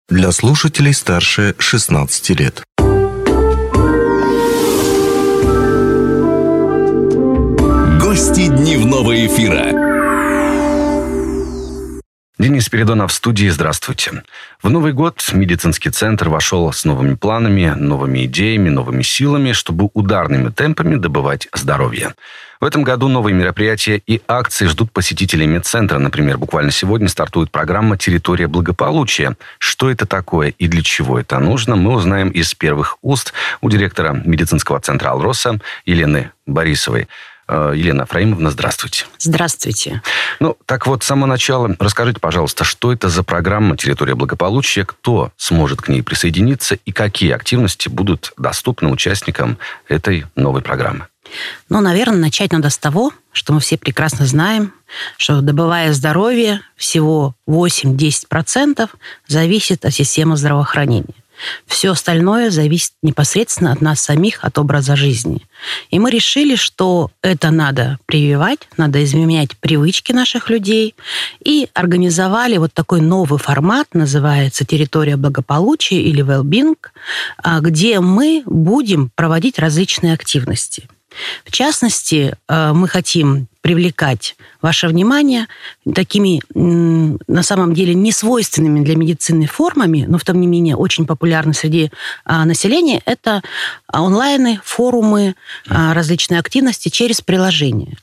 Для слушателей старше 16 лет. Гости дневного эфира. Денис Спиридонов в студии. Здравствуйте. В Новый год медицинский центр вошел с новыми планами, новыми идеями, новыми силами, чтобы ударными темпами добывать здоровье. В этом году новые мероприятия и акции ждут посетителей медцентра. Например, буквально сегодня стартует программа «Территория благополучия». Что это такое и для чего это нужно, мы узнаем из первых уст у директора медицинского центра «Алроса» Елены Борисовой. Елена Ефраимовна, здравствуйте. Здравствуйте. Так вот, с самого начала расскажите, пожалуйста, что это за программа «Территория благополучия», кто сможет к ней присоединиться и какие активности будут доступны участникам этой новой программы? Наверное, начать надо с того, что мы все прекрасно знаем, что, добывая здоровье, всего 8-10% зависит от системы здравоохранения. Все остальное зависит непосредственно от нас самих, от образа жизни. И мы решили, что это надо прививать, надо изменять привычки наших людей. И организовали вот такой новый формат, называется «Территория благополучия» или «Well-being», где мы будем проводить различные активности. В частности, мы хотим привлекать ваше внимание такими, на самом деле, несвойственными для медицины формами, но, тем не менее, очень популярны среди населения. Это онлайны, форумы, различные активности через приложение.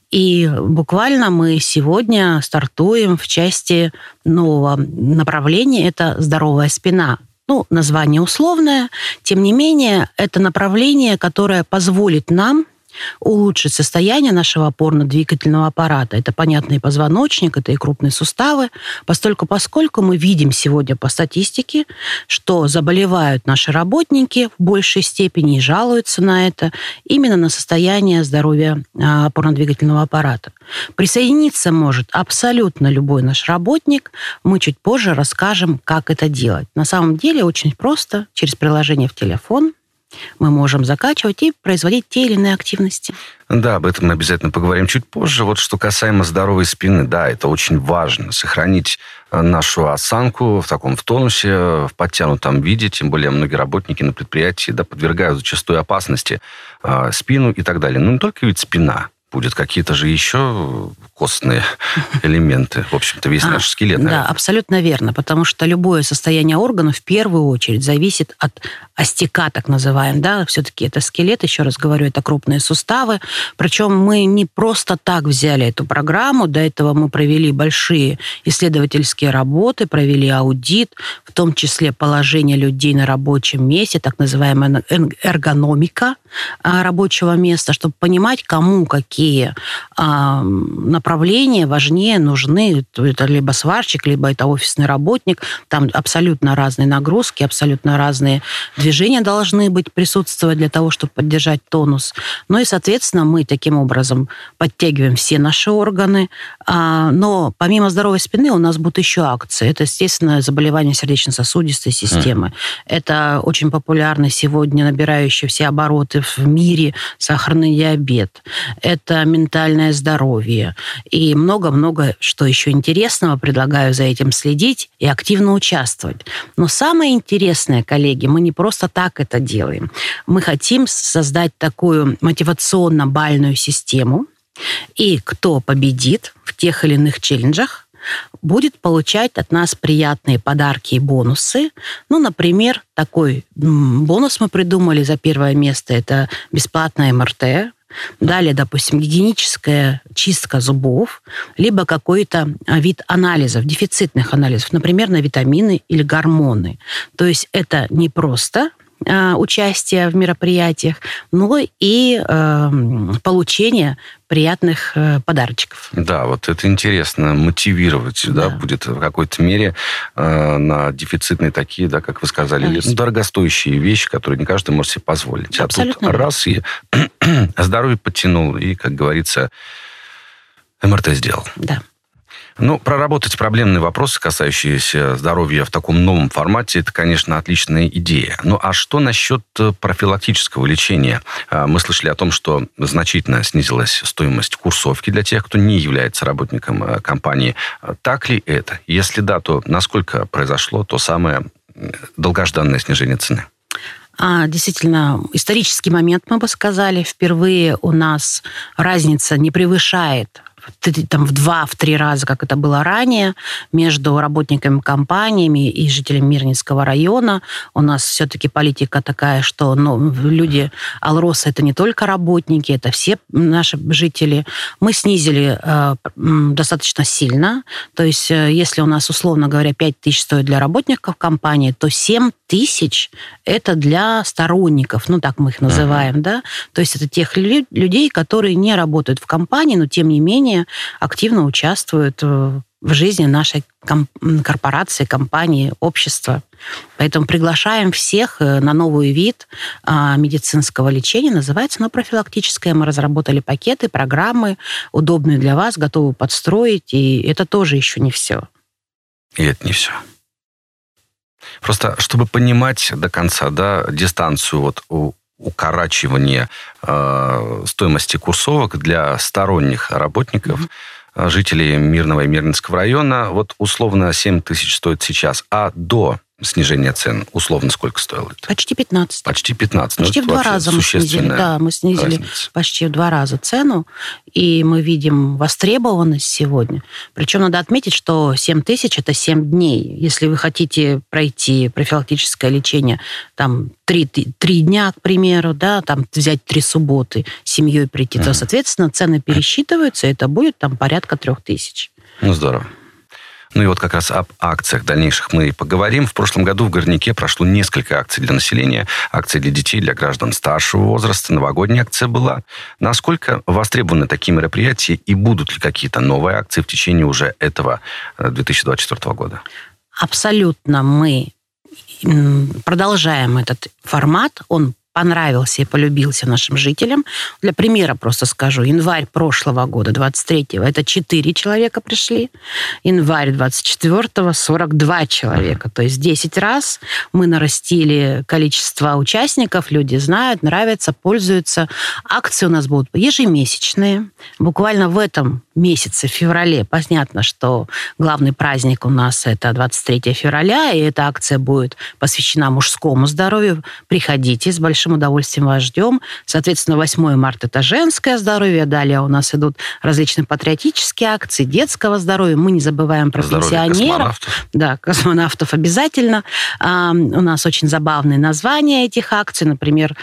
И буквально мы сегодня стартуем в части нового направления. Это «Здоровая спина». Название условное. Тем не менее, это направление, которое позволит нам улучшить состояние нашего опорно-двигательного аппарата. Это, понятно, и позвоночник, это и крупные суставы, поскольку мы видим сегодня по статистике, что заболевают наши работники в большей степени и жалуются на это, именно на состояние здоровья опорно-двигательного аппарата. Присоединиться может абсолютно любой наш работник. Мы чуть позже расскажем, как это делать. На самом деле очень просто. Через приложение в телефон мы можем закачивать и производить те или иные активности. Да, об этом мы обязательно поговорим чуть позже. Вот что касаемо здоровой спины, да, это очень важно. Сохранить нашу осанку в тонусе, в подтянутом виде. Тем более многие работники на предприятии подвергают зачастую опасности спину и так далее. Но не только ведь спина. Будет какие-то же еще костные элементы. В общем-то, весь наш скелет. Да, абсолютно верно. Потому что любое состояние органов в первую очередь зависит от остека, так называем. Да? Все-таки это скелет, еще раз говорю, это крупные суставы. Причем мы не просто так взяли эту программу. До этого мы провели большие исследовательские работы, провели аудит, в том числе положение людей на рабочем месте, так называемая эргономика рабочего места, чтобы понимать, кому какие направления важнее, нужны. Это либо сварщик, либо это офисный работник. Там абсолютно разные нагрузки, абсолютно разные движения должны присутствовать для того, чтобы поддержать тонус. И, соответственно, мы таким образом подтягиваем все наши органы. Но помимо здоровой спины у нас будут еще акции. Это, естественно, заболевания сердечно-сосудистой системы. Это очень популярный сегодня, набирающий все обороты в мире сахарный диабет. Это ментальное здоровье. И много-много, что еще интересного, предлагаю за этим следить и активно участвовать. Но самое интересное, коллеги, мы не просто так это делаем. Мы хотим создать такую мотивационно-бальную систему, и кто победит в тех или иных челленджах, будет получать от нас приятные подарки и бонусы. Например, такой бонус мы придумали за первое место. Это бесплатное МРТ. Далее, допустим, гигиеническая чистка зубов, либо какой-то вид анализов, дефицитных анализов, например, на витамины или гормоны. То есть это не просто участие в мероприятиях, но и получение приятных подарочков. Да, вот это интересно, мотивировать, будет в какой-то мере на дефицитные такие, как вы сказали, дорогостоящие вещи, которые не каждый может себе позволить. Абсолютно. А тут раз и здоровье подтянул, и, как говорится, МРТ сделал. Да. Ну, проработать проблемные вопросы, касающиеся здоровья в таком новом формате, это, конечно, отличная идея. Ну, а что насчет профилактического лечения? Мы слышали о том, что значительно снизилась стоимость курсовки для тех, кто не является работником компании. Так ли это? Если да, то насколько произошло то самое долгожданное снижение цены? Действительно, исторический момент, мы бы сказали. Впервые у нас разница не превышает в 2-3 раза, как это было ранее, между работниками компаниями и жителями Мирнинского района. У нас все-таки политика такая, что люди Алроса — это не только работники, это все наши жители. Мы снизили достаточно сильно. То есть, если у нас, условно говоря, 5 тысяч стоит для работников компании, то 7 тысяч это для сторонников, так мы их называем, да. То есть это тех людей, которые не работают в компании, но тем не менее активно участвуют в жизни нашей корпорации, компании, общества. Поэтому приглашаем всех на новый вид медицинского лечения. Называется оно профилактическое. Мы разработали пакеты, программы, удобные для вас, готовы подстроить. И это тоже еще не все. И это не все. Просто, чтобы понимать до конца, дистанцию укорачивания стоимости курсовок для сторонних работников, жителей Мирного и Мирнинского района, условно 7 тысяч стоит сейчас, а до снижения цен условно сколько стоило это? Почти 15. Почти 15. Почти в 2 раза мы снизили. Да, мы снизили разница. Почти в 2 раза цену, и мы видим востребованность сегодня. Причем надо отметить, что 7 тысяч – это 7 дней. Если вы хотите пройти профилактическое лечение 3 дня, к примеру, взять 3 субботы, с семьей прийти, то, соответственно, цены пересчитываются, и это будет порядка 3 тысяч. Здорово. Ну и как раз об акциях дальнейших мы и поговорим. В прошлом году в Горняке прошло несколько акций для населения. Акции для детей, для граждан старшего возраста. Новогодняя акция была. Насколько востребованы такие мероприятия и будут ли какие-то новые акции в течение уже этого 2024 года? Абсолютно мы продолжаем этот формат. Он понравился и полюбился нашим жителям. Для примера просто скажу. Январь прошлого года, 23-го, это 4 человека пришли. Январь 24-го 42 человека. То есть 10 раз мы нарастили количество участников. Люди знают, нравятся, пользуются. Акции у нас будут ежемесячные. Буквально в этом месяце, в феврале, понятно, что главный праздник у нас это 23 февраля, и эта акция будет посвящена мужскому здоровью. Приходите, с большим удовольствием вас ждем. Соответственно, 8 марта это женское здоровье, далее у нас идут различные патриотические акции, детского здоровья. Мы не забываем про пенсионеров. Космонавтов обязательно. У нас очень забавные названия этих акций. Например,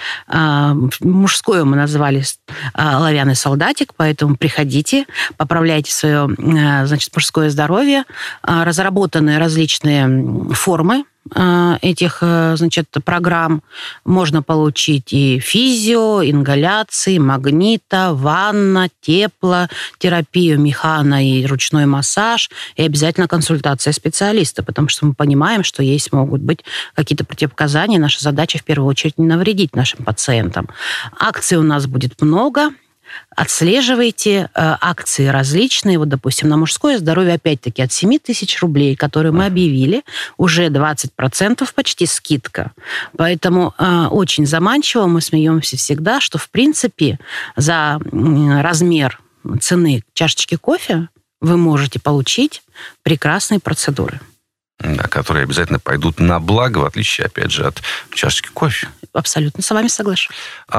мужское мы назвали «Оловянный солдатик», поэтому приходите, поправляйте свое, мужское здоровье. Разработаны различные формы этих, программ. Можно получить и физио, ингаляции, магнита, ванна, теплотерапию, механо и ручной массаж, и обязательно консультация специалиста, потому что мы понимаем, что могут быть какие-то противопоказания. Наша задача в первую очередь не навредить нашим пациентам. Акций у нас будет много. Отслеживайте акции различные. Допустим, на мужское здоровье опять-таки от 7 тысяч рублей, которые мы объявили, уже 20% почти скидка. Поэтому очень заманчиво, мы смеемся всегда, что в принципе за размер цены чашечки кофе вы можете получить прекрасные процедуры. Да, которые обязательно пойдут на благо, в отличие, опять же, от чашечки кофе. Абсолютно с вами соглашусь.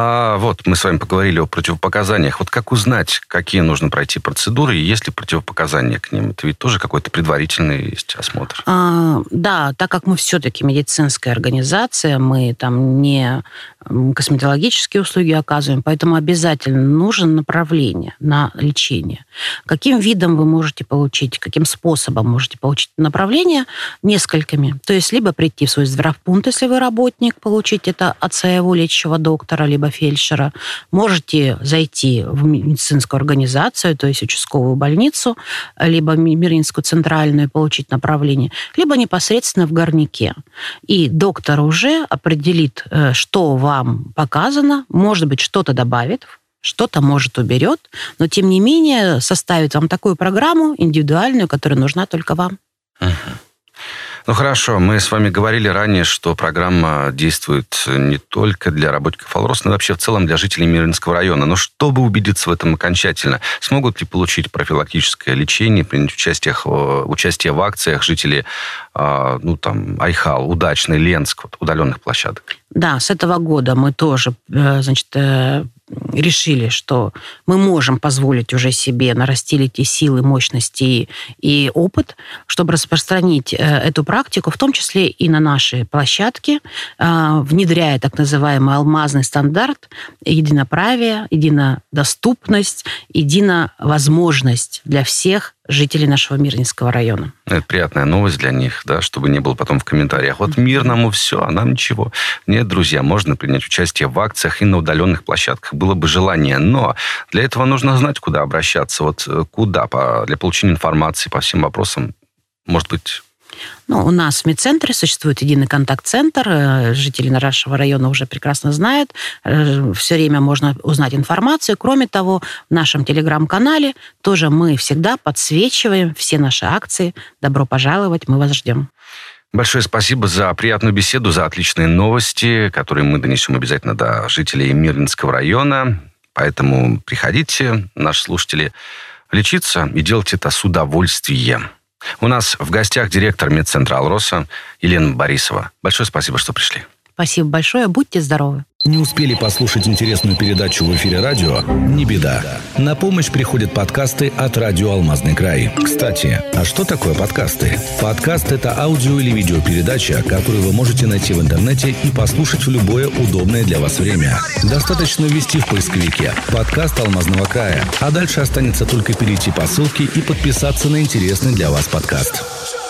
Мы с вами поговорили о противопоказаниях. Как узнать, какие нужно пройти процедуры, и есть ли противопоказания к ним? Это ведь тоже какой-то предварительный есть осмотр. Да, так как мы все-таки медицинская организация, мы не косметологические услуги оказываем, поэтому обязательно нужно направление на лечение. Каким видом вы можете получить, каким способом можете получить направление? Несколькими. То есть либо прийти в свой здравпункт, если вы работник, получить это от своего лечащего доктора, либо фельдшера. Можете зайти в медицинскую организацию, то есть участковую больницу, либо Мирнинскую центральную, получить направление, либо непосредственно в Горняке. И доктор уже определит, что вам показано, может быть, что-то добавит что-то, может, уберет, но, тем не менее, составит вам такую программу индивидуальную, которая нужна только вам. Ну, хорошо. Мы с вами говорили ранее, что программа действует не только для работников «Алроса», но и вообще в целом для жителей Мирнинского района. Но чтобы убедиться в этом окончательно, смогут ли получить профилактическое лечение, принять участие в акциях жители Айхал, Удачный, Ленск, удаленных площадок? Да, с этого года мы тоже, решили, что мы можем позволить уже себе нарастить эти силы, мощности и опыт, чтобы распространить эту практику, в том числе и на наши площадки, внедряя так называемый алмазный стандарт единоправия, единодоступность, единовозможность для всех жителей нашего Мирнинского района. Это приятная новость для них, да, чтобы не было потом в комментариях: вот Мирному все, а нам ничего. Нет, друзья, можно принять участие в акциях и на удаленных площадках. Было бы желание, но для этого нужно знать, куда обращаться. Вот куда для получения информации по всем вопросам, может быть... У нас в медцентре существует единый контакт-центр. Жители нашего района уже прекрасно знают. Все время можно узнать информацию. Кроме того, в нашем телеграм-канале тоже мы всегда подсвечиваем все наши акции. Добро пожаловать, мы вас ждем. Большое спасибо за приятную беседу, за отличные новости, которые мы донесем обязательно до жителей Мирнинского района. Поэтому приходите, наши слушатели, лечиться и делать это с удовольствием. У нас в гостях директор медцентра «Алроса» Елена Борисова. Большое спасибо, что пришли. Спасибо большое. Будьте здоровы. Не успели послушать интересную передачу в эфире радио? Не беда. На помощь приходят подкасты от радио «Алмазный край». Кстати, а что такое подкасты? Подкаст – это аудио- или видеопередача, которую вы можете найти в интернете и послушать в любое удобное для вас время. Достаточно ввести в поисковике «Подкаст Алмазного края», а дальше останется только перейти по ссылке и подписаться на интересный для вас подкаст.